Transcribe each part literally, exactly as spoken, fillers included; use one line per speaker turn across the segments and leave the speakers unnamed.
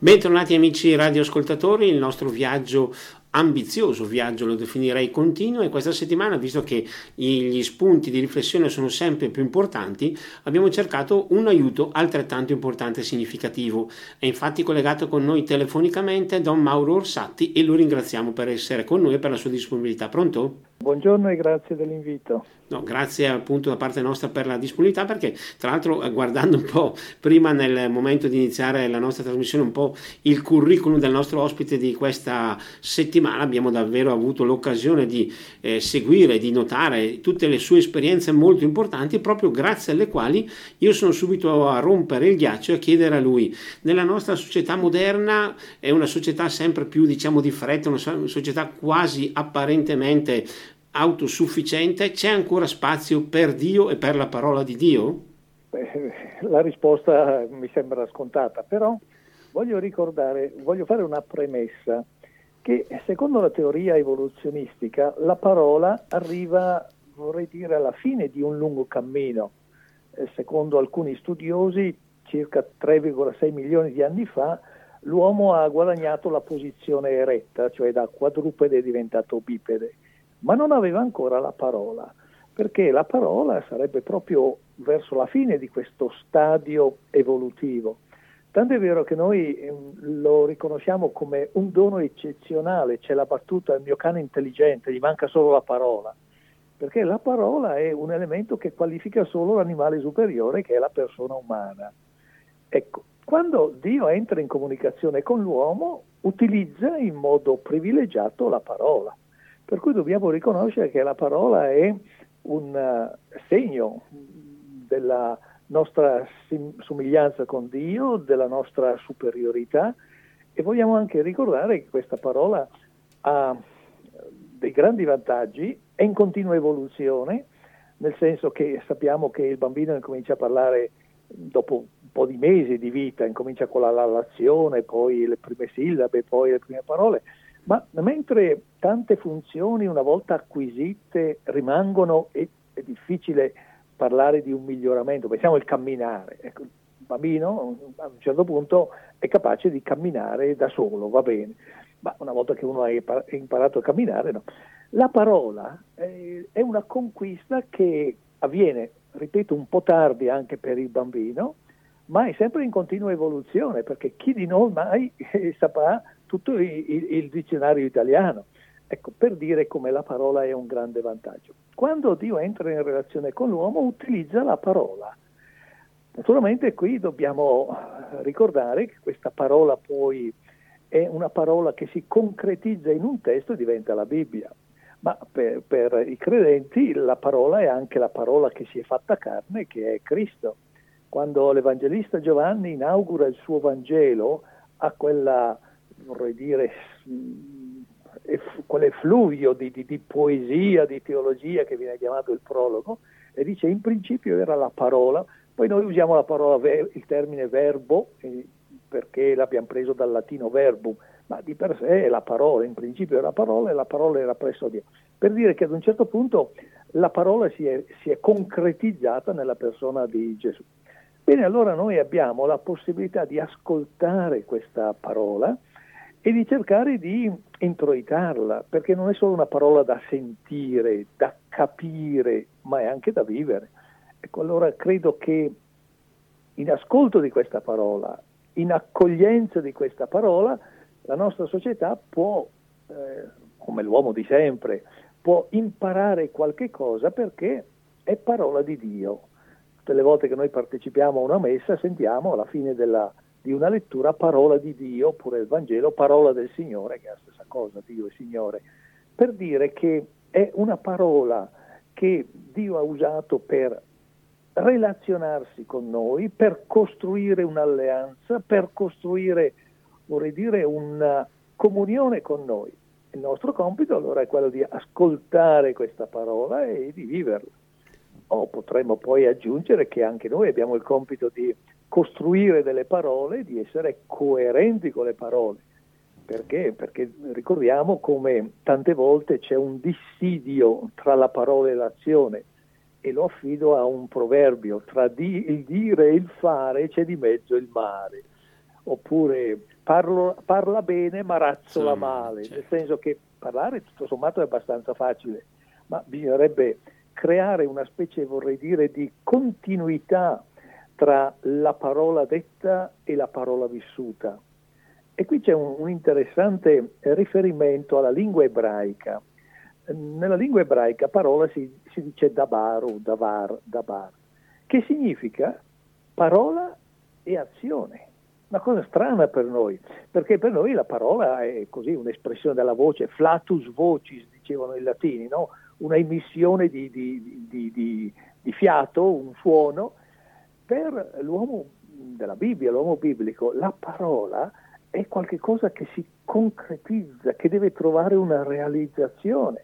Bentornati amici radioascoltatori, il nostro viaggio ambizioso, viaggio lo definirei continuo, e questa settimana, visto che gli spunti di riflessione sono sempre più importanti, abbiamo cercato un aiuto altrettanto importante e significativo. È infatti collegato con noi telefonicamente Don Mauro Orsatti e lo ringraziamo per essere con noi e per la sua disponibilità. Pronto?
Buongiorno e grazie dell'invito.
No, grazie appunto da parte nostra per la disponibilità, perché tra l'altro guardando un po' prima nel momento di iniziare la nostra trasmissione un po' il curriculum del nostro ospite di questa settimana, abbiamo davvero avuto l'occasione di eh, seguire, di notare tutte le sue esperienze molto importanti, proprio grazie alle quali io sono subito a rompere il ghiaccio e a chiedere a lui: nella nostra società moderna, è una società sempre più diciamo di fretta, una società quasi apparentemente autosufficiente, c'è ancora spazio per Dio e per la parola di Dio?
Beh, la risposta mi sembra scontata, però voglio ricordare, voglio fare una premessa, che secondo la teoria evoluzionistica la parola arriva, vorrei dire, alla fine di un lungo cammino. Eh, secondo alcuni studiosi, circa tre virgola sei milioni di anni fa, l'uomo ha guadagnato la posizione eretta, cioè da quadrupede è diventato bipede. Ma non aveva ancora la parola, perché la parola sarebbe proprio verso la fine di questo stadio evolutivo. Tanto è vero che noi eh, lo riconosciamo come un dono eccezionale. C'è la battuta: il mio cane intelligente, gli manca solo la parola, perché la parola è un elemento che qualifica solo l'animale superiore, che è la persona umana. Ecco, quando Dio entra in comunicazione con l'uomo, utilizza in modo privilegiato la parola. Per cui dobbiamo riconoscere che la parola è un uh, segno della nostra sim- somiglianza con Dio, della nostra superiorità, e vogliamo anche ricordare che questa parola ha dei grandi vantaggi, è in continua evoluzione, nel senso che sappiamo che il bambino incomincia a parlare dopo un po' di mesi di vita, incomincia con la lallazione, poi le prime sillabe, poi le prime parole. Ma mentre tante funzioni una volta acquisite rimangono, e è difficile parlare di un miglioramento. Pensiamo al camminare. Ecco, il bambino a un certo punto è capace di camminare da solo, va bene, ma una volta che uno ha imparato a camminare, no. La parola è una conquista che avviene, ripeto, un po' tardi anche per il bambino, ma è sempre in continua evoluzione, perché chi di noi mai eh, saprà tutto il, il, il dizionario italiano. Ecco, per dire come la parola è un grande vantaggio. Quando Dio entra in relazione con l'uomo, utilizza la parola. Naturalmente qui dobbiamo ricordare che questa parola poi è una parola che si concretizza in un testo e diventa la Bibbia. Ma per, per i credenti la parola è anche la parola che si è fatta carne, che è Cristo. Quando l'Evangelista Giovanni inaugura il suo Vangelo, a quella, vorrei dire, quell'effluvio di, di, di poesia, di teologia che viene chiamato il prologo, e dice: in principio era la parola. Poi noi usiamo la parola, il termine verbo, eh, perché l'abbiamo preso dal latino verbum, ma di per sé è la parola. In principio era la parola e la parola era presso Dio. Per dire che ad un certo punto la parola si è, si è concretizzata nella persona di Gesù. Bene, allora noi abbiamo la possibilità di ascoltare questa parola e di cercare di introitarla, perché non è solo una parola da sentire, da capire, ma è anche da vivere. Ecco, allora credo che in ascolto di questa parola, in accoglienza di questa parola, la nostra società può, eh, come l'uomo di sempre, può imparare qualche cosa, perché è parola di Dio. Tutte le volte che noi partecipiamo a una messa sentiamo alla fine della, di una lettura parola di Dio, oppure il Vangelo parola del Signore, che è la stessa cosa, Dio e Signore, per dire che è una parola che Dio ha usato per relazionarsi con noi, per costruire un'alleanza, per costruire, vorrei dire, una comunione con noi. Il nostro compito allora è quello di ascoltare questa parola e di viverla. O potremmo poi aggiungere che anche noi abbiamo il compito di costruire delle parole, di essere coerenti con le parole. Perché? Perché ricordiamo come tante volte c'è un dissidio tra la parola e l'azione, e lo affido a un proverbio: tra di, il dire e il fare c'è di mezzo il mare. oppure parlo, parla bene ma razzola
Sì,
male,
certo.
nel senso che parlare tutto sommato è abbastanza facile, ma bisognerebbe creare una specie, vorrei dire, di continuità tra la parola detta e la parola vissuta. E qui c'è un, un interessante riferimento alla lingua ebraica. Nella lingua ebraica parola si, si dice dabar o davar, dabar, che significa parola e azione. Una cosa strana per noi, perché per noi la parola è così un'espressione della voce, flatus vocis, dicevano i latini, no? Una emissione di, di, di, di, di fiato, un suono. Per l'uomo della Bibbia, l'uomo biblico, la parola è qualcosa che si concretizza, che deve trovare una realizzazione.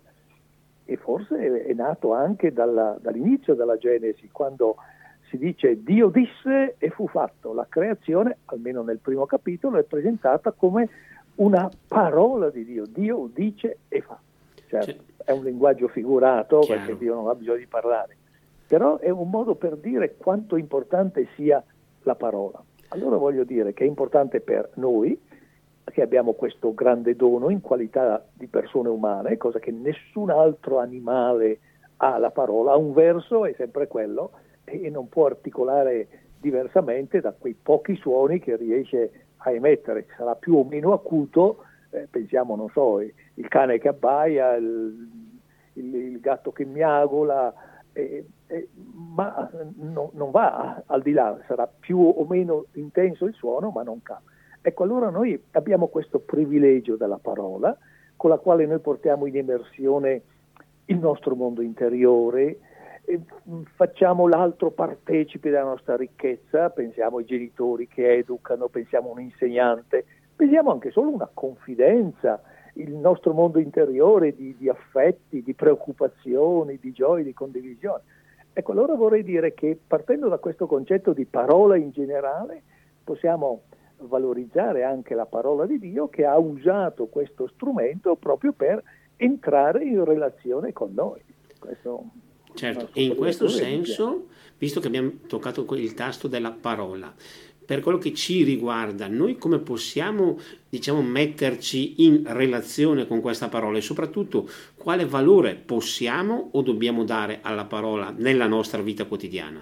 E forse è nato anche dalla, dall'inizio della Genesi, quando si dice Dio disse e fu fatto. La creazione, almeno nel primo capitolo, è presentata come una parola di Dio. Dio dice e fa. Certo, sì. È un linguaggio figurato, chiaro, perché Dio non ha bisogno di parlare. Però è un modo per dire quanto importante sia la parola. Allora voglio dire che è importante per noi, che abbiamo questo grande dono in qualità di persone umane, cosa che nessun altro animale ha. La parola ha un verso, è sempre quello, e non può articolare diversamente da quei pochi suoni che riesce a emettere. Sarà più o meno acuto, eh, pensiamo, non so, il cane che abbaia, il, il, il gatto che miagola, eh, eh, ma no, non va al di là, sarà più o meno intenso il suono, ma non cambia. Ecco, allora noi abbiamo questo privilegio della parola, con la quale noi portiamo in immersione il nostro mondo interiore, e facciamo l'altro partecipe della nostra ricchezza, pensiamo ai genitori che educano, pensiamo a un insegnante, pensiamo anche solo a una confidenza, il nostro mondo interiore di, di affetti, di preoccupazioni, di gioie, di condivisione. Ecco, allora vorrei dire che partendo da questo concetto di parola in generale, possiamo valorizzare anche la parola di Dio, che ha usato questo strumento proprio per entrare in relazione con noi. Questo,
certo, e in questo senso, visto che abbiamo toccato il tasto della parola, per quello che ci riguarda, noi come possiamo, diciamo, metterci in relazione con questa parola e soprattutto quale valore possiamo o dobbiamo dare alla parola nella nostra vita quotidiana?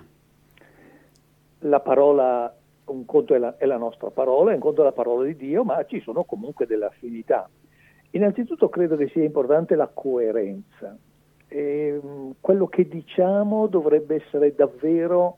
La parola, un conto è la, è la nostra parola, un conto è la parola di Dio, ma ci sono comunque delle affinità. Innanzitutto credo che sia importante la coerenza. E, quello che diciamo dovrebbe essere davvero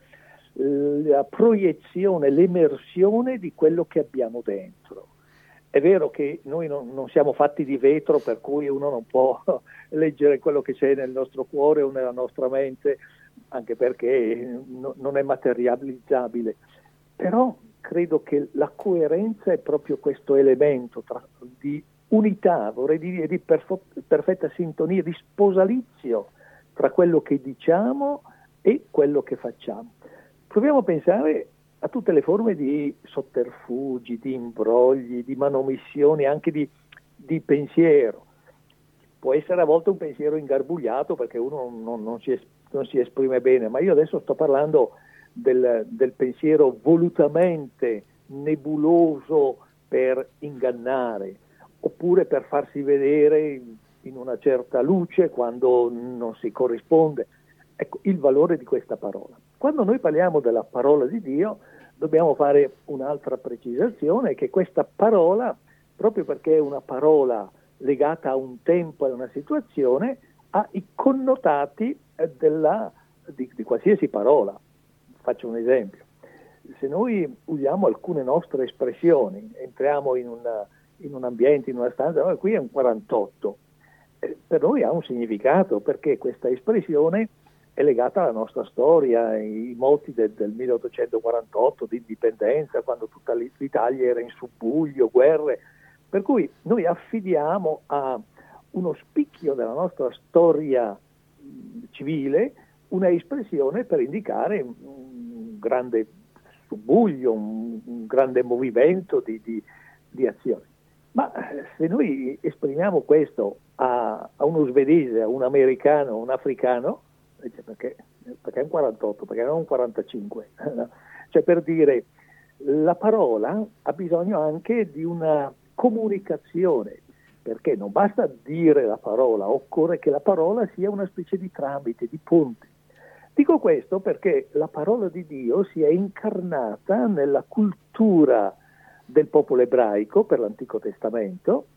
la proiezione, l'emersione di quello che abbiamo dentro. È vero che noi non, non siamo fatti di vetro, per cui uno non può leggere quello che c'è nel nostro cuore o nella nostra mente, anche perché no, non è materializzabile. Però credo che la coerenza è proprio questo elemento tra, di unità, vorrei dire di perfo- perfetta sintonia, di sposalizio tra quello che diciamo e quello che facciamo. Proviamo a pensare a tutte le forme di sotterfugi, di imbrogli, di manomissioni, anche di, di pensiero. Può essere a volte un pensiero ingarbugliato perché uno non, non, si, es- non si esprime bene, ma io adesso sto parlando del, del pensiero volutamente nebuloso per ingannare, oppure per farsi vedere in una certa luce quando non si corrisponde. Ecco, il valore di questa parola. Quando noi parliamo della parola di Dio, dobbiamo fare un'altra precisazione, che questa parola, proprio perché è una parola legata a un tempo e a una situazione, ha i connotati della, di, di qualsiasi parola. Faccio un esempio. Se noi usiamo alcune nostre espressioni, entriamo in, una, in un ambiente, in una stanza, oh, qui è un quarantotto, eh, per noi ha un significato, perché questa espressione è legata alla nostra storia, i moti del, del milleottocentoquarantotto, di indipendenza, quando tutta l'Italia era in subbuglio, guerre, per cui noi affidiamo a uno spicchio della nostra storia civile una espressione per indicare un grande subbuglio, un, un grande movimento di, di, di azioni. Ma se noi esprimiamo questo a, a uno svedese, a un americano, a un africano, perché, perché è un quarantotto, perché non un quarantacinque, no? Cioè per dire, la parola ha bisogno anche di una comunicazione, perché non basta dire la parola, occorre che la parola sia una specie di tramite, di ponte. Dico questo perché la parola di Dio si è incarnata nella cultura del popolo ebraico per l'Antico Testamento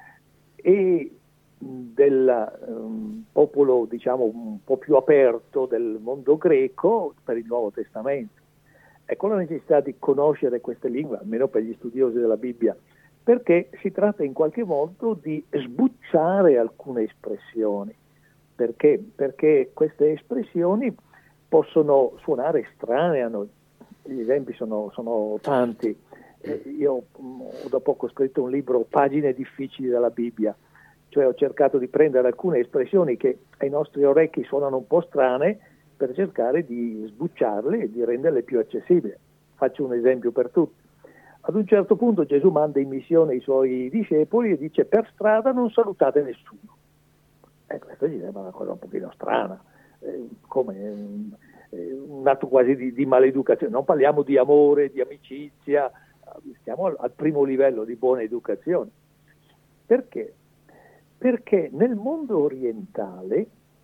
e del um, popolo, diciamo, un po' più aperto del mondo greco per il Nuovo Testamento. Ecco la necessità di conoscere queste lingue, almeno per gli studiosi della Bibbia, perché si tratta in qualche modo di sbucciare alcune espressioni. Perché? Perché queste espressioni possono suonare strane a noi. Gli esempi sono, sono tanti. Eh, io mh, ho da poco scritto un libro, Pagine difficili della Bibbia, cioè ho cercato di prendere alcune espressioni che ai nostri orecchi suonano un po' strane per cercare di sbucciarle e di renderle più accessibili. Faccio un esempio per tutti. Ad un certo punto Gesù manda in missione i suoi discepoli e dice: per strada non salutate nessuno. E questo gli sembra una cosa un pochino strana, eh, come eh, un atto quasi di, di maleducazione. Non parliamo di amore, di amicizia, stiamo al, al primo livello di buona educazione. Perché? Perché nel mondo orientale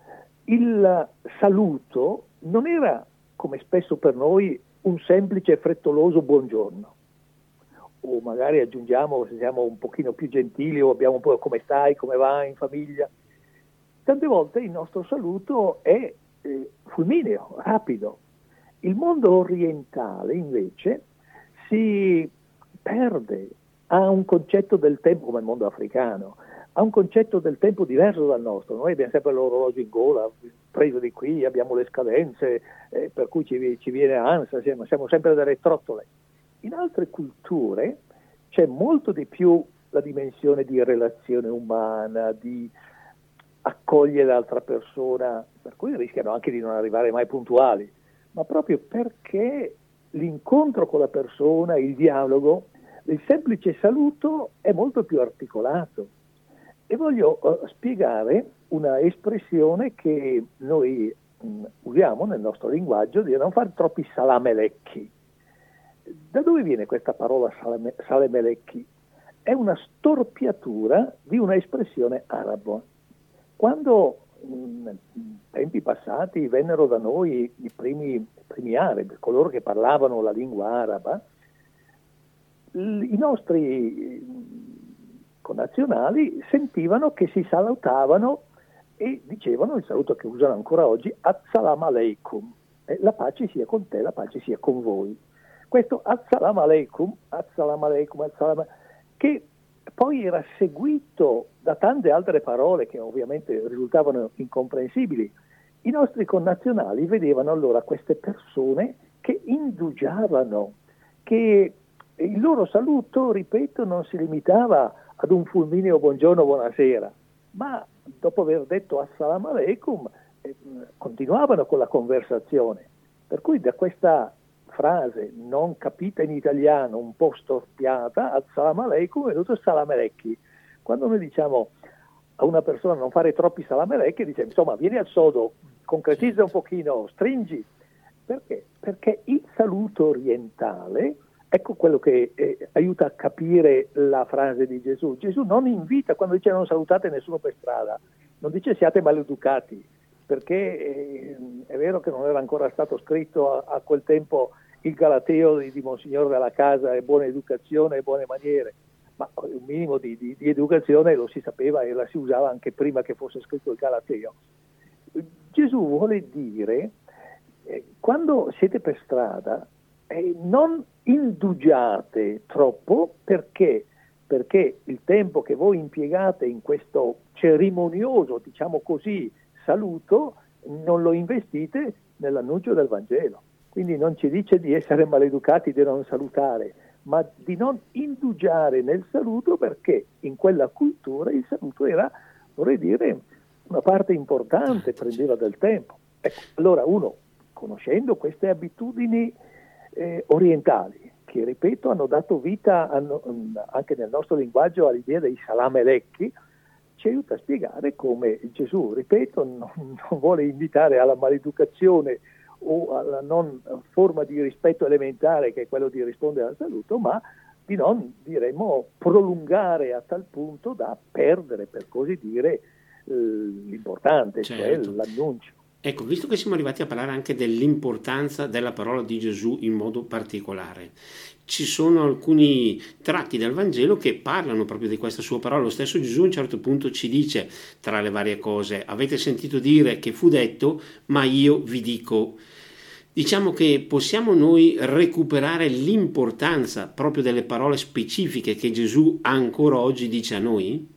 il saluto non era, come spesso per noi, un semplice e frettoloso buongiorno. O magari aggiungiamo, se siamo un pochino più gentili, o abbiamo un po' come stai, come va in famiglia. Tante volte il nostro saluto è eh, fulmineo, rapido. Il mondo orientale invece si perde, ha un concetto del tempo, come il mondo africano, ha un concetto del tempo diverso dal nostro. Noi abbiamo sempre l'orologio in gola, preso di qui, abbiamo le scadenze, eh, per cui ci, ci viene ansia, siamo, siamo sempre delle trottole. In altre culture c'è molto di più la dimensione di relazione umana, di accogliere l'altra persona, per cui rischiano anche di non arrivare mai puntuali, ma proprio perché l'incontro con la persona, il dialogo, il semplice saluto è molto più articolato. E voglio uh, spiegare una espressione che noi mh, usiamo nel nostro linguaggio, di non fare troppi salamelecchi. Da dove viene questa parola salame, salamelecchi? È una storpiatura di una espressione arabo. Quando in tempi passati vennero da noi i primi, i primi arabi, coloro che parlavano la lingua araba, i nostri connazionali sentivano che si salutavano e dicevano il saluto che usano ancora oggi: Assalam alaikum, eh, la pace sia con te, la pace sia con voi. Questo Assalam alaikum, Assalam alaikum, Assalam, che poi era seguito da tante altre parole che ovviamente risultavano incomprensibili. I nostri connazionali vedevano allora queste persone che indugiavano, che il loro saluto, ripeto, non si limitava ad un fulmineo buongiorno, buonasera, ma dopo aver detto Assalam alaikum eh, continuavano con la conversazione. Per cui da questa frase non capita in italiano, un po' storpiata, Assalam alaikum è venuto salam alecchi. Quando noi diciamo a una persona non fare troppi salam alecchi, dice insomma vieni al sodo, concretizza un pochino, stringi. Perché? Perché il saluto orientale, ecco quello che eh, aiuta a capire la frase di Gesù. Gesù non invita, quando dice non salutate nessuno per strada, non dice siate maleducati, perché eh, è vero che non era ancora stato scritto a, a quel tempo il Galateo di, di Monsignor della Casa e buona educazione e buone maniere, ma un minimo di, di, di educazione lo si sapeva e la si usava anche prima che fosse scritto il Galateo. Gesù vuole dire, eh, quando siete per strada, eh, non indugiate troppo, perché? Perché il tempo che voi impiegate in questo cerimonioso, diciamo così, saluto, non lo investite nell'annuncio del Vangelo. Quindi non ci dice di essere maleducati, di non salutare, ma di non indugiare nel saluto, perché in quella cultura il saluto era, vorrei dire, una parte importante, prendeva del tempo. Ecco, allora uno, conoscendo queste abitudini eh, orientali, che ripeto hanno dato vita hanno, anche nel nostro linguaggio all'idea dei salam alecchi, ci aiuta a spiegare come Gesù, ripeto, non, non vuole invitare alla maleducazione o alla non forma di rispetto elementare che è quello di rispondere al saluto, ma di non, diremmo, prolungare a tal punto da perdere, per così dire, eh, l'importante, certo. Cioè l'annuncio.
Ecco, visto che siamo arrivati a parlare anche dell'importanza della parola di Gesù in modo particolare, ci sono alcuni tratti del Vangelo che parlano proprio di questa sua parola. Lo stesso Gesù a un certo punto ci dice, tra le varie cose, avete sentito dire che fu detto, ma io vi dico. Diciamo che possiamo noi recuperare l'importanza proprio delle parole specifiche che Gesù ancora oggi dice a noi?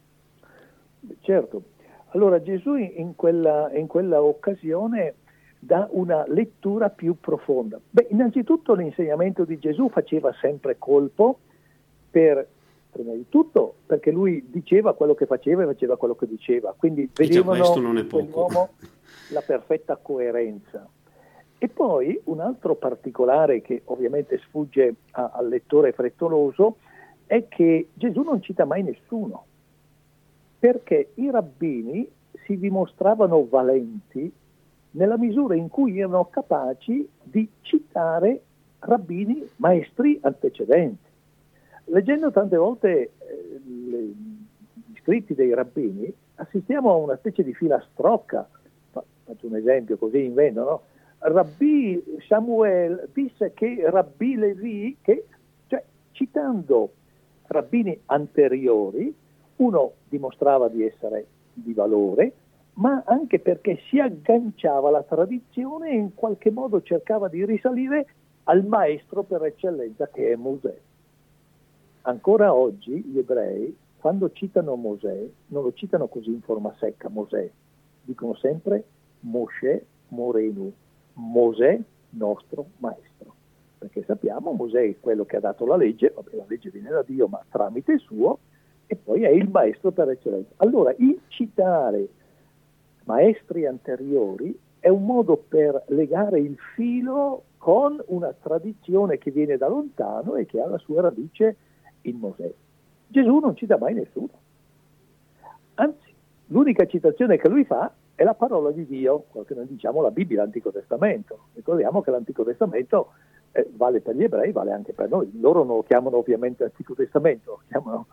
Certo. Allora Gesù in quella, in quella occasione dà una lettura più profonda. Beh, innanzitutto l'insegnamento di Gesù faceva sempre colpo per, prima di tutto, perché lui diceva quello che faceva e faceva quello che diceva. Quindi vedevano
questo non è
in
poco.
quell'uomo la perfetta coerenza. E poi un altro particolare che ovviamente sfugge a, al lettore frettoloso è che Gesù non cita mai nessuno, perché i rabbini si dimostravano valenti nella misura in cui erano capaci di citare rabbini maestri antecedenti. Leggendo tante volte eh, le, gli scritti dei rabbini, assistiamo a una specie di filastrocca. Faccio un esempio così invento, no? Rabbi Samuel disse che Rabbi Levi, che, cioè citando rabbini anteriori, uno dimostrava di essere di valore, ma anche perché si agganciava alla tradizione e in qualche modo cercava di risalire al maestro per eccellenza che è Mosè. Ancora oggi gli ebrei, quando citano Mosè, non lo citano così in forma secca, Mosè, dicono sempre Moshe Morenu, Mosè nostro maestro, perché sappiamo Mosè è quello che ha dato la legge, vabbè la legge viene da Dio ma tramite suo, e poi è il maestro per eccellenza. Allora il citare maestri anteriori è un modo per legare il filo con una tradizione che viene da lontano e che ha la sua radice in Mosè. Gesù non cita mai nessuno, anzi l'unica citazione che lui fa è la parola di Dio, quello che noi diciamo la Bibbia, l'Antico Testamento. Ricordiamo che l'Antico Testamento eh, vale per gli ebrei, vale anche per noi. Loro non lo chiamano ovviamente Antico Testamento, lo chiamano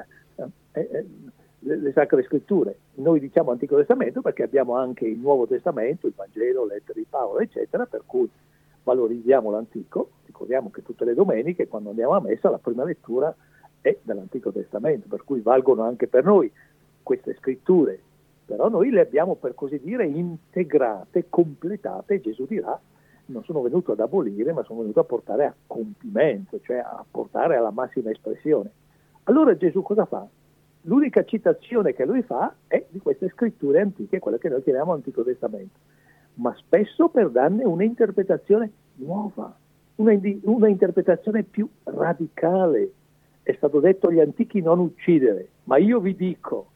eh, eh, le, le Sacre Scritture. Noi diciamo Antico Testamento perché abbiamo anche il Nuovo Testamento, il Vangelo, le lettere di Paolo, eccetera, per cui valorizziamo l'Antico. Ricordiamo che tutte le domeniche, quando andiamo a messa, la prima lettura è dall'Antico Testamento, per cui valgono anche per noi queste scritture. Però noi le abbiamo, per così dire, integrate, completate, Gesù dirà, non sono venuto ad abolire, ma sono venuto a portare a compimento, cioè a portare alla massima espressione. Allora Gesù cosa fa? L'unica citazione che lui fa è di queste scritture antiche, quelle che noi chiamiamo Antico Testamento, ma spesso per darne un'interpretazione nuova, una, una interpretazione più radicale. È stato detto agli antichi non uccidere, ma io vi dico,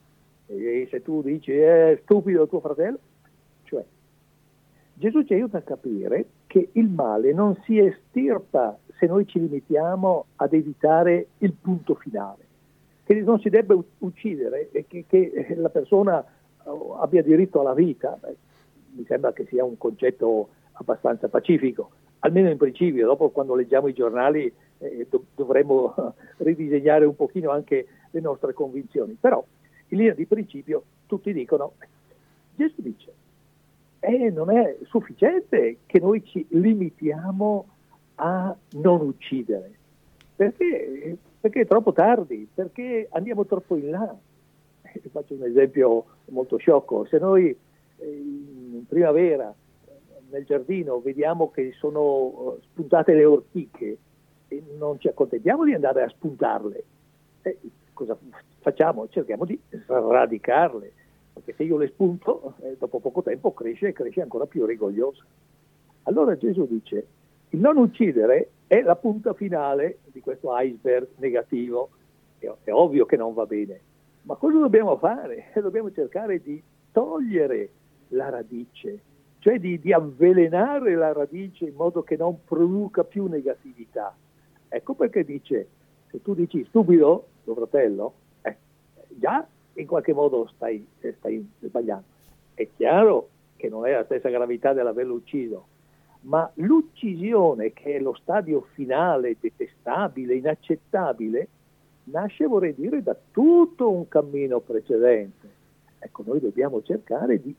e se tu dici è stupido tuo fratello, cioè Gesù ci aiuta a capire che il male non si estirpa se noi ci limitiamo ad evitare il punto finale, che non si debba uccidere e che, che la persona abbia diritto alla vita. Beh, mi sembra che sia un concetto abbastanza pacifico, almeno in principio. Dopo, quando leggiamo i giornali, eh, dov- dovremmo ridisegnare un pochino anche le nostre convinzioni, però in linea di principio tutti dicono, Gesù dice, eh, non è sufficiente che noi ci limitiamo a non uccidere, perché, perché è troppo tardi, perché andiamo troppo in là. Eh, faccio un esempio molto sciocco: se noi eh, in primavera nel giardino vediamo che sono spuntate le ortiche e non ci accontentiamo di andare a spuntarle, eh, cosa facciamo? Cerchiamo di sradicarle, perché se io le spunto, eh, dopo poco tempo cresce e cresce ancora più rigogliosa. Allora Gesù dice, il non uccidere è la punta finale di questo iceberg negativo. È, è ovvio che non va bene, ma cosa dobbiamo fare? Dobbiamo cercare di togliere la radice, cioè di, di avvelenare la radice in modo che non produca più negatività. Ecco perché dice, se tu dici stupido, tuo fratello, eh, già in qualche modo stai, stai sbagliando. È chiaro che che non è la stessa gravità dell'averlo ucciso, ma l'uccisione, che è lo stadio finale, detestabile, inaccettabile, nasce, vorrei dire, da tutto un cammino precedente. Ecco, noi dobbiamo cercare di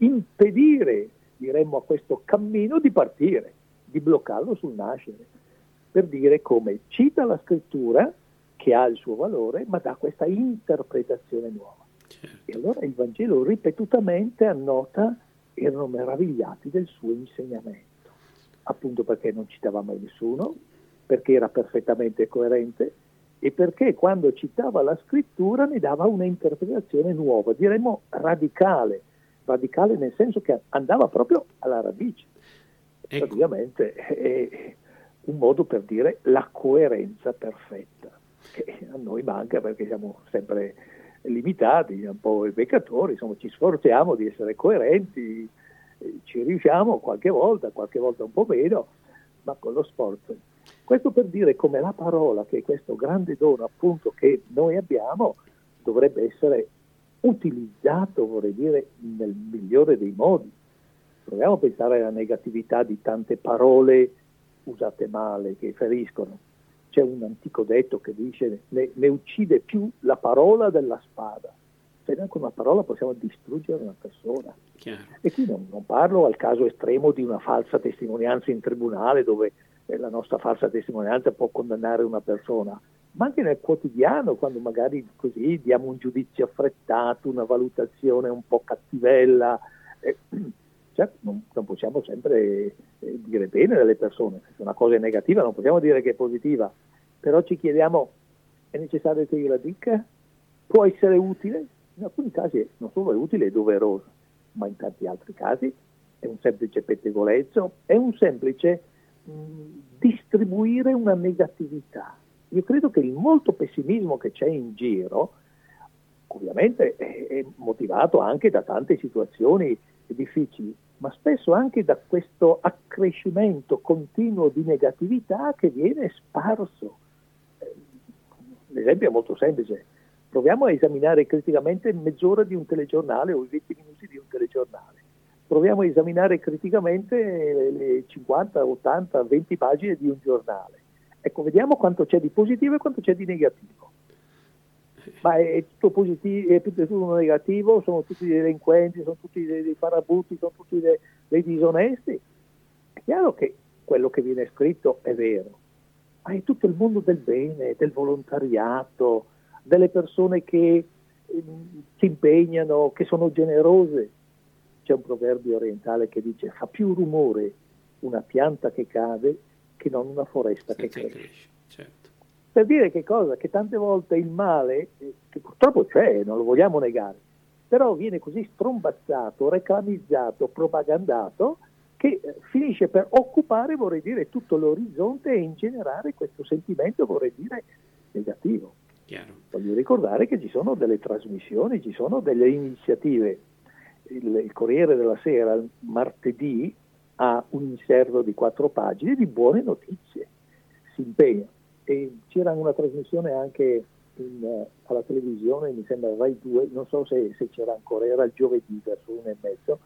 impedire, diremmo, a questo cammino di partire, di bloccarlo sul nascere, per dire come cita la scrittura, che ha il suo valore, ma dà questa interpretazione nuova. Certo. E allora il Vangelo ripetutamente annota: erano meravigliati del suo insegnamento, appunto perché non citava mai nessuno, perché era perfettamente coerente e perché quando citava la scrittura ne dava una interpretazione nuova, diremmo radicale, radicale nel senso che andava proprio alla radice. Ecco. Praticamente è un modo per dire la coerenza perfetta, che a noi manca perché siamo sempre limitati, un po' i peccatori, insomma ci sforziamo di essere coerenti, ci riusciamo qualche volta, qualche volta un po' meno, ma con lo sforzo. Questo per dire come la parola, che è questo grande dono appunto che noi abbiamo, dovrebbe essere utilizzato, vorrei dire, nel migliore dei modi. Proviamo a pensare alla negatività di tante parole usate male, che feriscono. C'è un antico detto che dice: ne, ne uccide più la parola della spada. Cioè, noi con una parola possiamo distruggere una persona. Chiaro. E qui non, non parlo al caso estremo di una falsa testimonianza in tribunale, dove eh, la nostra falsa testimonianza può condannare una persona, ma anche nel quotidiano, quando magari così diamo un giudizio affrettato, una valutazione un po' cattivella. Eh, certo, non, non possiamo sempre eh, dire bene delle persone, se una cosa è negativa non possiamo dire che è positiva, però ci chiediamo: è necessario che io la dica? Può essere utile? In alcuni casi non solo è utile, è doveroso, ma in tanti altri casi è un semplice pettegolezzo, è un semplice mh, distribuire una negatività. Io credo che il molto pessimismo che c'è in giro, ovviamente è, è motivato anche da tante situazioni difficili, ma spesso anche da questo accrescimento continuo di negatività che viene sparso. L'esempio è molto semplice: proviamo a esaminare criticamente mezz'ora di un telegiornale o i venti minuti di un telegiornale, proviamo a esaminare criticamente le cinquanta, ottanta, venti pagine di un giornale. Ecco, vediamo quanto c'è di positivo e quanto c'è di negativo. Ma è tutto positivo, è tutto negativo, sono tutti dei delinquenti, sono tutti dei, dei farabutti, sono tutti dei, dei disonesti. È chiaro che quello che viene scritto è vero, ma è tutto il mondo del bene, del volontariato, delle persone che eh, si impegnano, che sono generose. C'è un proverbio orientale che dice: fa più rumore una pianta che cade che non una foresta che cresce. cresce. Certo. Per dire che cosa? Che tante volte il male, che purtroppo c'è, non lo vogliamo negare, però viene così strombazzato, reclamizzato, propagandato, che finisce per occupare, vorrei dire, tutto l'orizzonte e ingenerare questo sentimento, vorrei dire, negativo. Chiaro. Voglio ricordare che ci sono delle trasmissioni, ci sono delle iniziative. Il, il Corriere della Sera, il martedì, ha un inserto di quattro pagine di buone notizie, si impegna. E c'era una trasmissione anche in, uh, alla televisione, mi sembra Rai due, non so se, se c'era ancora, era il giovedì verso l'una e mezzo,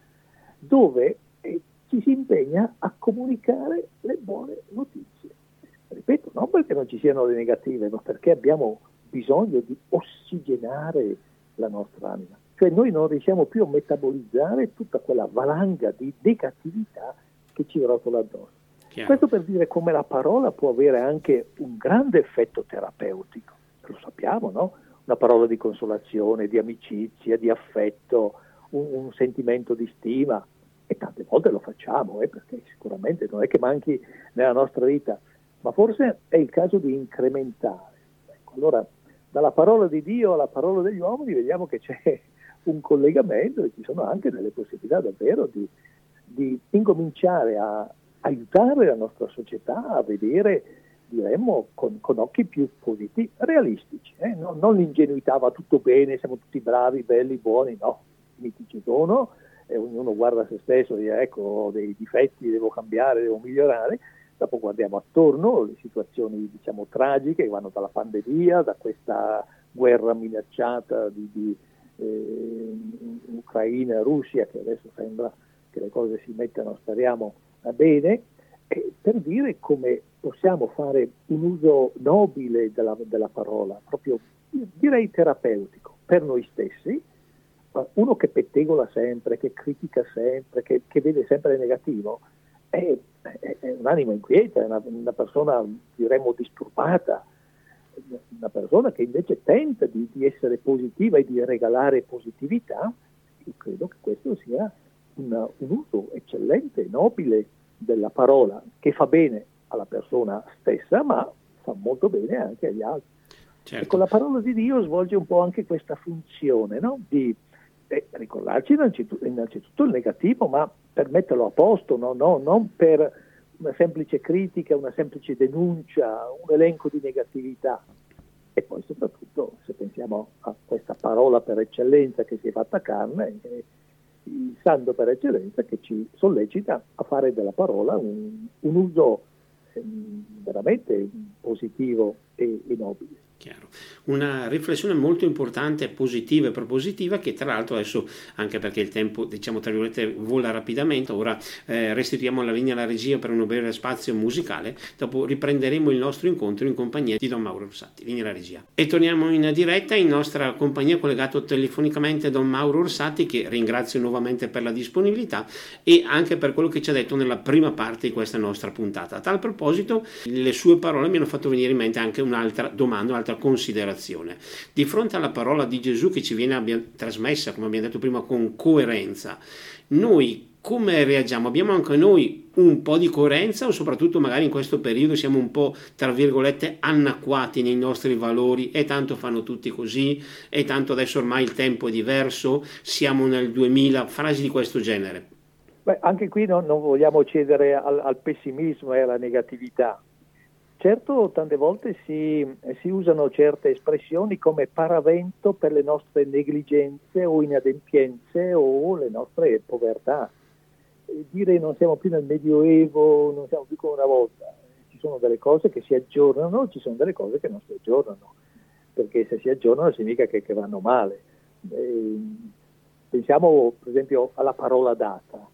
dove eh, ci si impegna a comunicare le buone notizie. Ripeto, non perché non ci siano le negative, ma perché abbiamo bisogno di ossigenare la nostra anima. Cioè noi non riusciamo più a metabolizzare tutta quella valanga di negatività che ci rotola addosso. Chiaro. Questo per dire come la parola può avere anche un grande effetto terapeutico, lo sappiamo, no? Una parola di consolazione, di amicizia, di affetto, un, un sentimento di stima, e tante volte lo facciamo, eh, perché sicuramente non è che manchi nella nostra vita, ma forse è il caso di incrementare. Ecco, allora, dalla parola di Dio alla parola degli uomini vediamo che c'è un collegamento e ci sono anche delle possibilità davvero di, di incominciare a aiutare la nostra società a vedere, diremmo, con, con occhi più positivi, realistici, eh? non, non l'ingenuità, va tutto bene, siamo tutti bravi, belli, buoni, no, i limiti ci sono, e ognuno guarda se stesso e dice: ecco, ho dei difetti, devo cambiare, devo migliorare. Dopo guardiamo attorno le situazioni, diciamo, tragiche che vanno dalla pandemia, da questa guerra minacciata di, di eh, Ucraina e Russia, che adesso sembra che le cose si mettano, speriamo, bene, eh, per dire come possiamo fare un uso nobile della, della parola, proprio direi terapeutico, per noi stessi. Uno che pettegola sempre, che critica sempre, che, che vede sempre il negativo, è, è, è un'anima inquieta, è una, una persona, diremmo, disturbata, una persona che invece tenta di, di essere positiva e di regalare positività. Io credo che questo sia una, un uso eccellente, nobile della parola, che fa bene alla persona stessa, ma fa molto bene anche agli altri.
Certo.
Ecco, la parola di Dio svolge un po' anche questa funzione, no? Di eh, ricordarci innanzitutto, innanzitutto il negativo, ma per metterlo a posto, no? No, non per una semplice critica, una semplice denuncia, un elenco di negatività. E poi soprattutto, se pensiamo a questa parola per eccellenza che si è fatta carne, eh, il santo per eccellenza che ci sollecita a fare della parola un, un uso eh, veramente positivo e, e nobile.
Chiaro. Una riflessione molto importante, positiva e propositiva, che tra l'altro adesso, anche perché il tempo, diciamo tra virgolette, vola rapidamente, ora eh, restituiamo la linea alla regia per un breve spazio musicale, dopo riprenderemo il nostro incontro in compagnia di Don Mauro Orsatti. Linea alla regia. E torniamo in diretta, in nostra compagnia collegato telefonicamente Don Mauro Orsatti, che ringrazio nuovamente per la disponibilità e anche per quello che ci ha detto nella prima parte di questa nostra puntata. A tal proposito, le sue parole mi hanno fatto venire in mente anche un'altra domanda, un'altra considerazione. Di fronte alla parola di Gesù che ci viene abbia, trasmessa, come abbiamo detto prima, con coerenza, noi come reagiamo? Abbiamo anche noi un po' di coerenza o soprattutto magari in questo periodo siamo un po', tra virgolette, anacquati nei nostri valori e tanto fanno tutti così e tanto adesso ormai il tempo è diverso, siamo nel duemila, frasi di questo genere?
Beh, anche qui no, non vogliamo cedere al, al pessimismo e alla negatività. Certo, tante volte si, si usano certe espressioni come paravento per le nostre negligenze o inadempienze o le nostre povertà. Dire non siamo più nel Medioevo, non siamo più come una volta. Ci sono delle cose che si aggiornano, ci sono delle cose che non si aggiornano, perché se si aggiornano significa che, che vanno male. Eh, pensiamo per esempio alla parola data.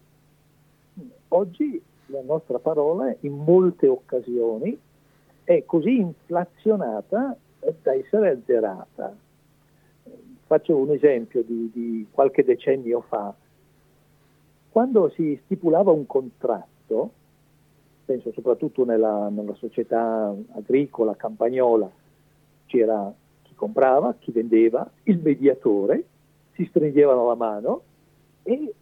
Oggi la nostra parola in molte occasioni è così inflazionata da essere azzerata. Faccio un esempio di, di qualche decennio fa. Quando si stipulava un contratto, penso soprattutto nella, nella società agricola, campagnola, c'era chi comprava, chi vendeva, il mediatore, si stringevano la mano e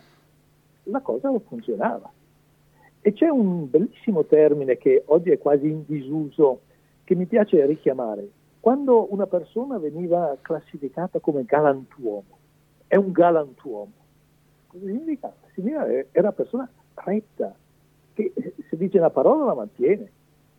la cosa funzionava. E c'è un bellissimo termine che oggi è quasi in disuso, che mi piace richiamare. Quando una persona veniva classificata come galantuomo, è un galantuomo. Cosa significa? Significa che era una persona retta, che se dice una parola la mantiene.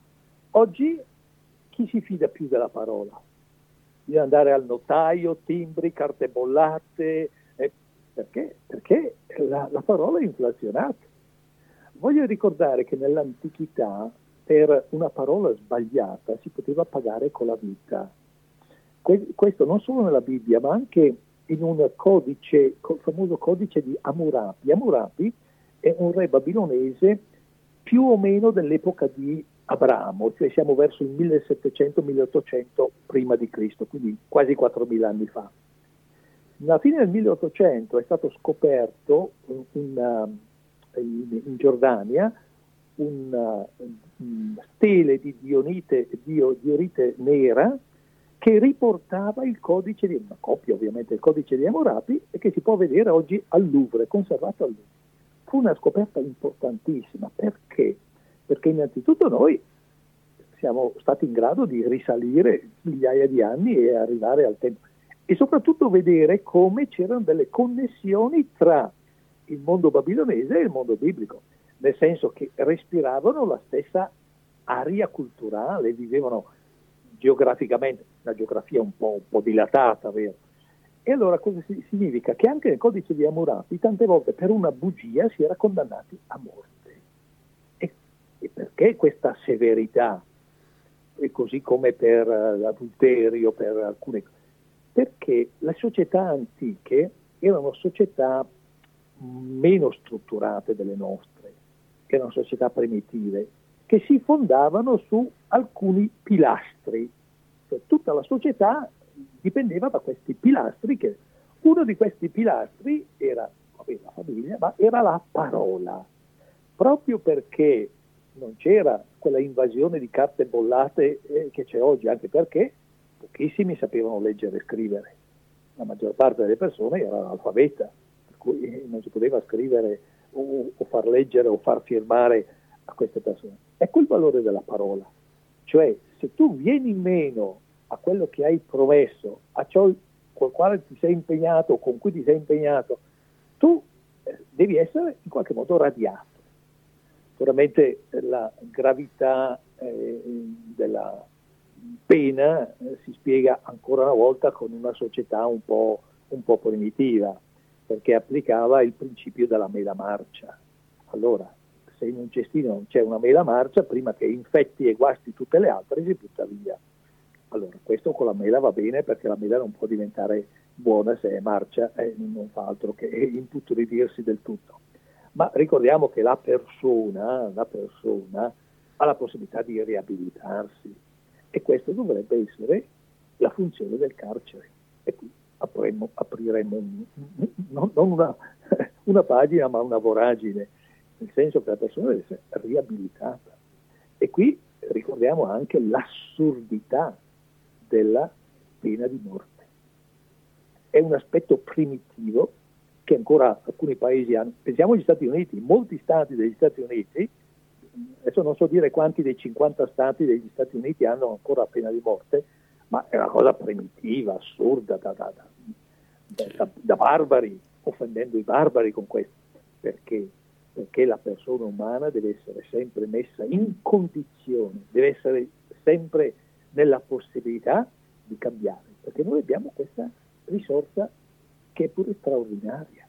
Oggi chi si fida più della parola? Di andare al notaio, timbri, carte bollate, eh, perché? Perché la, la parola è inflazionata. Voglio ricordare che nell'antichità per una parola sbagliata si poteva pagare con la vita. Que- questo non solo nella Bibbia, ma anche in un codice, il famoso codice di Hammurabi. Hammurabi è un re babilonese più o meno dell'epoca di Abramo, cioè siamo verso il millesettecento milleottocento prima di Cristo, quindi quasi quattromila anni fa. Alla fine del milleottocento è stato scoperto un, un In, in Giordania una um, stele di dionite, dio, diorite nera che riportava il codice di una copia ovviamente il codice di Hammurabi e che si può vedere oggi al Louvre, conservato al Louvre. Fu una scoperta importantissima. Perché? Perché innanzitutto noi siamo stati in grado di risalire migliaia di anni e arrivare al tempo e soprattutto vedere come c'erano delle connessioni tra il mondo babilonese e il mondo biblico, nel senso che respiravano la stessa aria culturale, vivevano geograficamente, una geografia un po', un po' dilatata, vero? E allora cosa significa? Che anche nel codice di Hammurabi tante volte per una bugia si era condannati a morte. E, e perché questa severità? E così come per l'adulterio, per alcune cose. Perché le società antiche erano società meno strutturate delle nostre, che erano società primitive, che si fondavano su alcuni pilastri. Cioè, tutta la società dipendeva da questi pilastri, che uno di questi pilastri era, vabbè, la famiglia, ma era la parola, proprio perché non c'era quella invasione di carte bollate eh, che c'è oggi, anche perché pochissimi sapevano leggere e scrivere. La maggior parte delle persone era analfabeta, per cui non si poteva scrivere o, o far leggere o far firmare a queste persone. Ecco il valore della parola. Cioè, se tu vieni meno a quello che hai promesso, a ciò col quale ti sei impegnato o con cui ti sei impegnato, tu eh, devi essere in qualche modo radiato. Sicuramente la gravità eh, della pena eh, si spiega ancora una volta con una società un po', un po' primitiva, perché applicava il principio della mela marcia. Allora, se in un cestino non c'è una mela marcia, prima che infetti e guasti tutte le altre, si butta via. Allora, questo con la mela va bene, perché la mela non può diventare buona se è marcia e non fa altro che imputridirsi del tutto. Ma ricordiamo che la persona, la persona ha la possibilità di riabilitarsi, e questo dovrebbe essere la funzione del carcere. E qui apriremo, apriremo un, non, non una, una pagina, ma una voragine, nel senso che la persona deve essere riabilitata. E qui ricordiamo anche l'assurdità della pena di morte. È un aspetto primitivo che ancora alcuni paesi hanno. Pensiamo agli Stati Uniti, molti stati degli Stati Uniti, adesso non so dire quanti dei cinquanta stati degli Stati Uniti hanno ancora pena di morte, ma è una cosa primitiva, assurda, da, da, da, da, da barbari, offendendo i barbari con questo. Perché? Perché la persona umana deve essere sempre messa in condizione, deve essere sempre nella possibilità di cambiare, perché noi abbiamo questa risorsa che è pure straordinaria.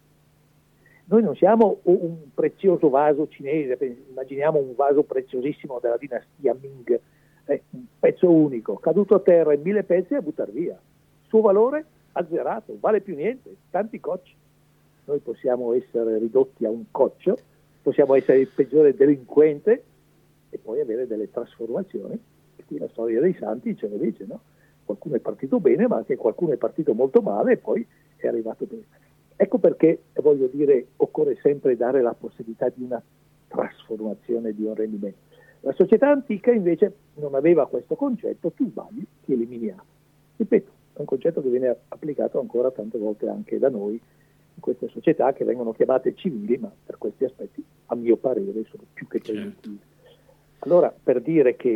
Noi non siamo un prezioso vaso cinese, immaginiamo un vaso preziosissimo della dinastia Ming, eh, un pezzo unico, caduto a terra in mille pezzi e a buttar via. Il suo valore azzerato, vale più niente, tanti cocci. Noi possiamo essere ridotti a un coccio, possiamo essere il peggiore delinquente e poi avere delle trasformazioni. E qui la storia dei santi ce lo dice, no? Qualcuno è partito bene, ma anche qualcuno è partito molto male e poi è arrivato bene. Ecco perché, voglio dire, occorre sempre dare la possibilità di una trasformazione, di un rendimento. La società antica invece non aveva questo concetto: tu sbagli, ti eliminiamo. Ripeto, è un concetto che viene applicato ancora tante volte anche da noi, in queste società che vengono chiamate civili, ma per questi aspetti, a mio parere, sono più che primitivi. Allora, per dire che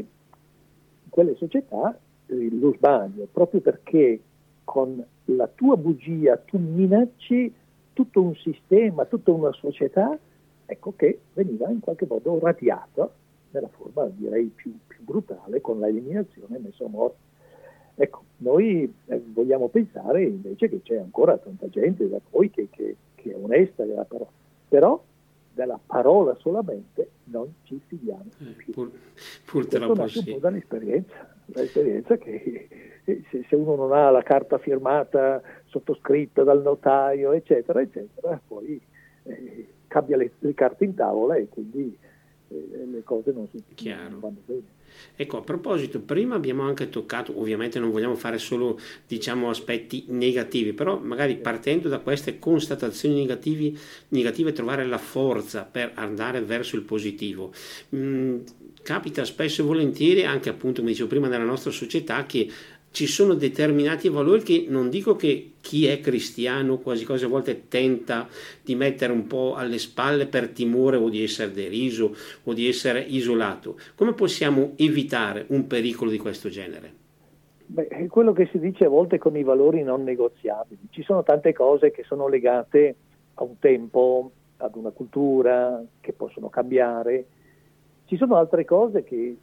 in quelle società eh, lo sbaglio, proprio perché con la tua bugia tu minacci tutto un sistema, tutta una società, ecco che veniva in qualche modo radiato nella forma, direi, più, più brutale, con la eliminazione messo a morte. Ecco, noi eh, vogliamo pensare invece che c'è ancora tanta gente da noi che, che, che è onesta della parola, però della parola solamente non ci fidiamo più.
Pur, purtroppo
nasce
sì.
un po' dall'esperienza, l'esperienza che se, se uno non ha la carta firmata, sottoscritta dal notaio, eccetera, eccetera, poi eh, cambia le, le carte in tavola e quindi eh, le cose non, si, non vanno bene.
Ecco, a proposito, prima abbiamo anche toccato, ovviamente non vogliamo fare solo, diciamo, aspetti negativi, però magari partendo da queste constatazioni negativi, negative trovare la forza per andare verso il positivo. Mm, capita spesso e volentieri, anche appunto, come dicevo prima, nella nostra società, che ci sono determinati valori che non dico che chi è cristiano quasi quasi a volte tenta di mettere un po' alle spalle per timore o di essere deriso o di essere isolato. Come possiamo evitare un pericolo di questo genere?
Beh, è quello che si dice a volte con i valori non negoziabili. Ci sono tante cose che sono legate a un tempo, ad una cultura, che possono cambiare. Ci sono altre cose che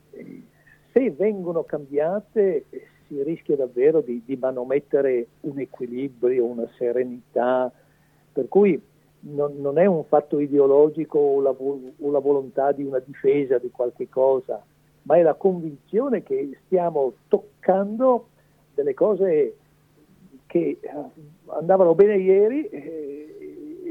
se vengono cambiate si rischia davvero di, di manomettere un equilibrio, una serenità, per cui non, non è un fatto ideologico o la, o la volontà di una difesa di qualche cosa, ma è la convinzione che stiamo toccando delle cose che andavano bene ieri e,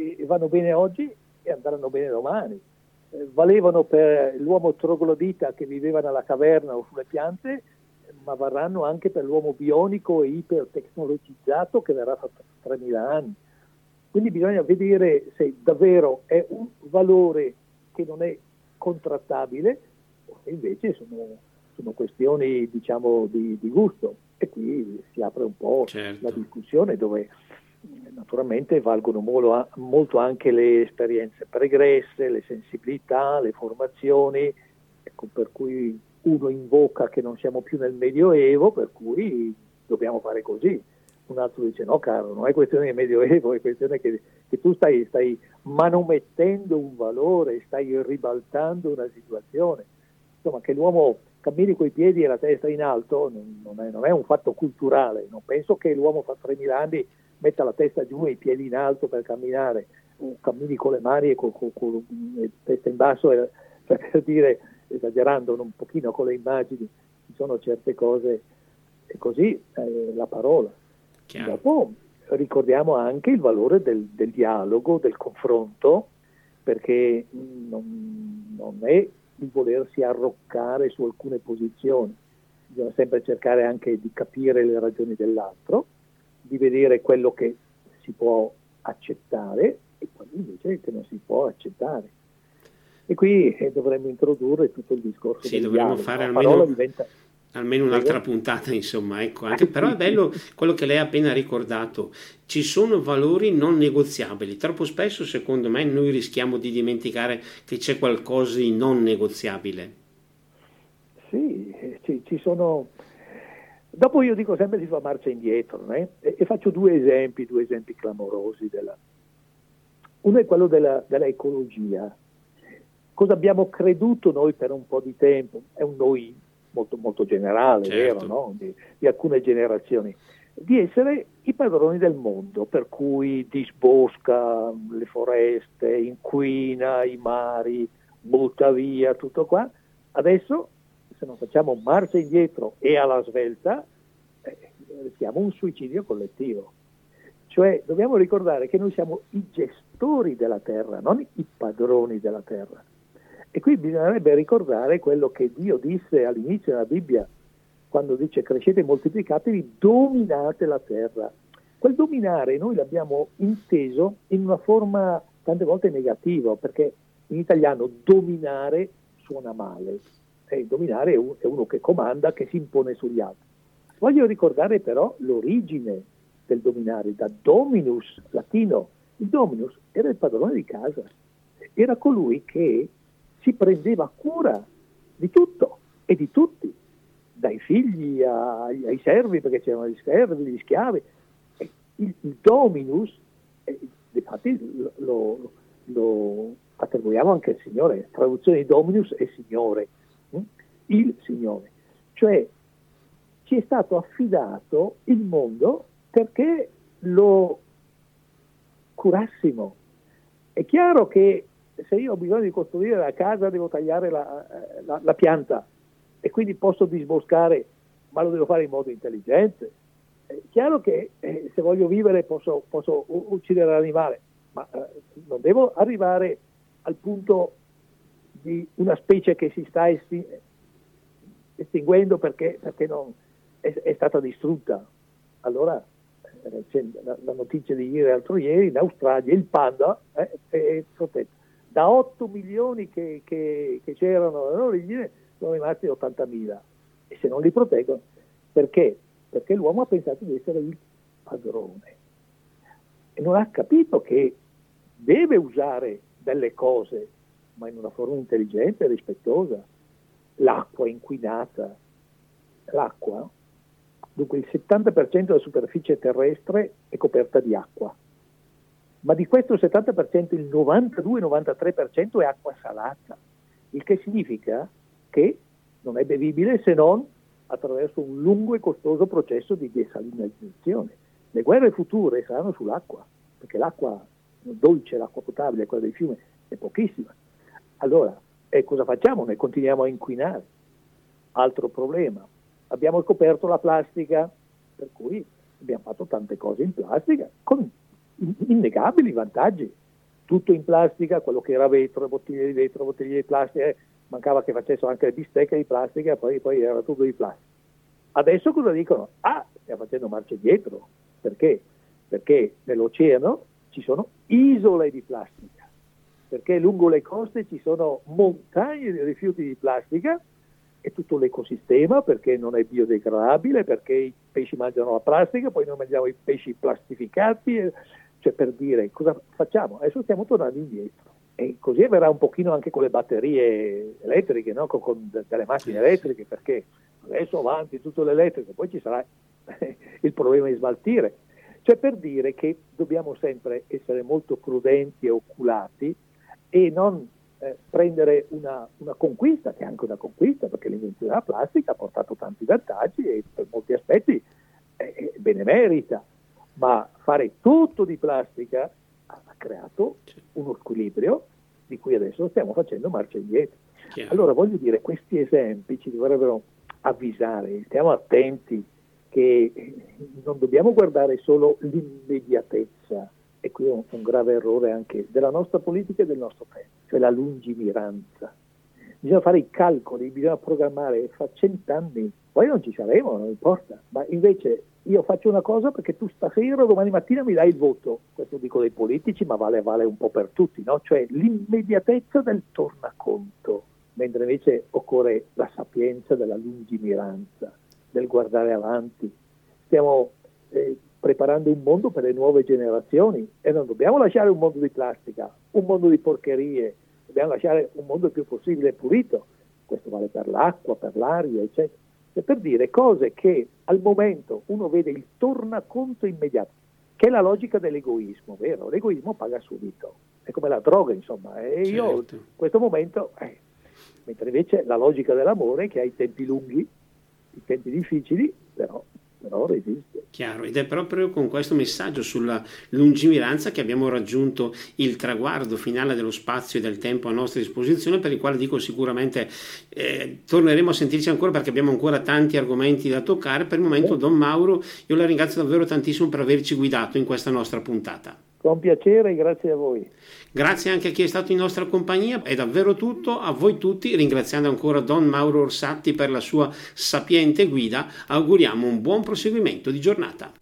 e, e vanno bene oggi e andranno bene domani. Eh, valevano per l'uomo troglodita che viveva nella caverna o sulle piante, ma varranno anche per l'uomo bionico e ipertecnologizzato che verrà fra tremila anni. Quindi bisogna vedere se davvero è un valore che non è contrattabile o se invece sono, sono questioni, diciamo, di, di gusto. E qui si apre un po'
certo.
la discussione, dove naturalmente valgono molto, molto anche le esperienze pregresse, le sensibilità, le formazioni, ecco, per cui uno invoca che non siamo più nel Medioevo, per cui dobbiamo fare così. Un altro dice no caro, non è questione di Medioevo, è questione che, che tu stai, stai manomettendo un valore, stai ribaltando una situazione. Insomma, che l'uomo cammini coi piedi e la testa in alto non, non, è, non è un fatto culturale. Non penso che l'uomo fra tremila anni metta la testa giù e i piedi in alto per camminare, o cammini con le mani e con, con, con la testa in basso, e, cioè, per dire, esagerando un pochino con le immagini, ci sono certe cose, e così eh, la parola.
Chiaro.
Dopo ricordiamo anche il valore del, del dialogo, del confronto, perché non, non è il volersi arroccare su alcune posizioni, bisogna sempre cercare anche di capire le ragioni dell'altro, di vedere quello che si può accettare e quello invece che non si può accettare. E qui eh, dovremmo introdurre tutto il discorso
sì,
del
dovremmo
dialogo.
fare
La
almeno...
parola diventa...
almeno un'altra puntata, insomma, ecco, anche, però è bello quello che lei ha appena ricordato, ci sono valori non negoziabili. Troppo spesso, secondo me, noi rischiamo di dimenticare che c'è qualcosa di non negoziabile.
Sì, ci, ci sono... Dopo io dico sempre si fa marcia indietro, eh? e, e faccio due esempi, due esempi clamorosi. Della... Uno è quello della, della ecologia. Cosa abbiamo creduto noi per un po' di tempo? È un noi molto, molto generale,
certo.
vero, no? di, di alcune generazioni, di essere i padroni del mondo, per cui disbosca le foreste, inquina i mari, butta via tutto qua. Adesso, se non facciamo marcia indietro e alla svelta, eh, rischiamo un suicidio collettivo. Cioè dobbiamo ricordare che noi siamo i gestori della terra, non i padroni della terra. E qui bisognerebbe ricordare quello che Dio disse all'inizio della Bibbia, quando dice crescete e moltiplicatevi, dominate la terra. Quel dominare noi l'abbiamo inteso in una forma tante volte negativa, perché in italiano dominare suona male. E dominare è, un, è uno che comanda, che si impone sugli altri. Voglio ricordare però l'origine del dominare, da dominus, latino. Il dominus era il padrone di casa, era colui che si prendeva cura di tutto e di tutti, dai figli ai, ai servi, perché c'erano gli servi, gli schiavi. E il, il dominus, eh, infatti lo, lo, lo attribuiamo anche al Signore, traduzione di dominus è Signore, hm? il Signore. Cioè ci è stato affidato il mondo perché lo curassimo. È chiaro che se io ho bisogno di costruire la casa devo tagliare la, la, la pianta e quindi posso disboscare, ma lo devo fare in modo intelligente. È chiaro che eh, se voglio vivere posso, posso uccidere l'animale, ma eh, non devo arrivare al punto di una specie che si sta esti- estinguendo perché, perché non è, è stata distrutta. Allora eh, c'è la, la notizia di ieri e l'altro ieri, in Australia il panda eh, è protetto. Da otto milioni che, che, che c'erano all'origine sono rimasti ottantamila, e se non li proteggono, perché? Perché l'uomo ha pensato di essere il padrone e non ha capito che deve usare delle cose, ma in una forma intelligente e rispettosa. L'acqua inquinata, l'acqua, dunque il settanta per cento della superficie terrestre è coperta di acqua, ma di questo settanta per cento il novantadue novantatré per cento è acqua salata, il che significa che non è bevibile se non attraverso un lungo e costoso processo di desalinizzazione. Le guerre future saranno sull'acqua, perché l'acqua dolce, l'acqua potabile, quella del fiume, è pochissima. Allora, e cosa facciamo? Noi continuiamo a inquinare. Altro problema, abbiamo scoperto la plastica, per cui abbiamo fatto tante cose in plastica con innegabili vantaggi, tutto in plastica, quello che era vetro, bottiglie di vetro, bottiglie di plastica, eh, mancava che facessero anche le bistecche di plastica, poi, poi era tutto di plastica. Adesso cosa dicono? Ah, stiamo facendo marcia indietro. Perché? Perché nell'oceano ci sono isole di plastica, perché lungo le coste ci sono montagne di rifiuti di plastica e tutto l'ecosistema, perché non è biodegradabile, perché i pesci mangiano la plastica, poi noi mangiamo i pesci plastificati, cioè per dire cosa facciamo? Adesso stiamo tornando indietro. E così verrà un pochino anche con le batterie elettriche, no? con, con delle macchine elettriche, perché adesso avanti tutto l'elettrico, poi ci sarà il problema di smaltire. Cioè per dire che dobbiamo sempre essere molto prudenti e oculati e non eh, prendere una, una conquista, che è anche una conquista, perché l'invenzione della plastica ha portato tanti vantaggi e per molti aspetti è benemerita, ma fare tutto di plastica ha creato uno squilibrio di cui adesso stiamo facendo marcia indietro.
Chiaro.
Allora voglio dire, questi esempi ci dovrebbero avvisare, stiamo attenti che non dobbiamo guardare solo l'immediatezza, e qui è un, un grave errore anche della nostra politica e del nostro tempo, cioè la lungimiranza. Bisogna fare i calcoli, bisogna programmare, fa cent'anni, poi non ci saremo, non importa, ma invece io faccio una cosa perché tu stasera o domani mattina mi dai il voto, questo dico dei politici, ma vale, vale un po' per tutti, no? Cioè l'immediatezza del tornaconto, mentre invece occorre la sapienza della lungimiranza, del guardare avanti. Stiamo eh, preparando un mondo per le nuove generazioni e non dobbiamo lasciare un mondo di plastica, un mondo di porcherie, dobbiamo lasciare un mondo il più possibile pulito. Questo vale per l'acqua, per l'aria, eccetera. E per dire cose che al momento uno vede il tornaconto immediato, che è la logica dell'egoismo, vero? L'egoismo paga subito, è come la droga, insomma. E io
Certo.
in questo momento, eh, mentre invece la logica dell'amore che ha i tempi lunghi, i tempi difficili, però, però resiste.
Chiaro, ed è proprio con questo messaggio sulla lungimiranza che abbiamo raggiunto il traguardo finale dello spazio e del tempo a nostra disposizione, per il quale dico sicuramente eh, torneremo a sentirci ancora, perché abbiamo ancora tanti argomenti da toccare. Per il momento, Don Mauro, io la ringrazio davvero tantissimo per averci guidato in questa nostra puntata.
Con piacere, grazie a voi.
Grazie anche a chi è stato in nostra compagnia. È davvero tutto, a voi tutti, ringraziando ancora Don Mauro Orsatti per la sua sapiente guida, auguriamo un buon proseguimento di giornata.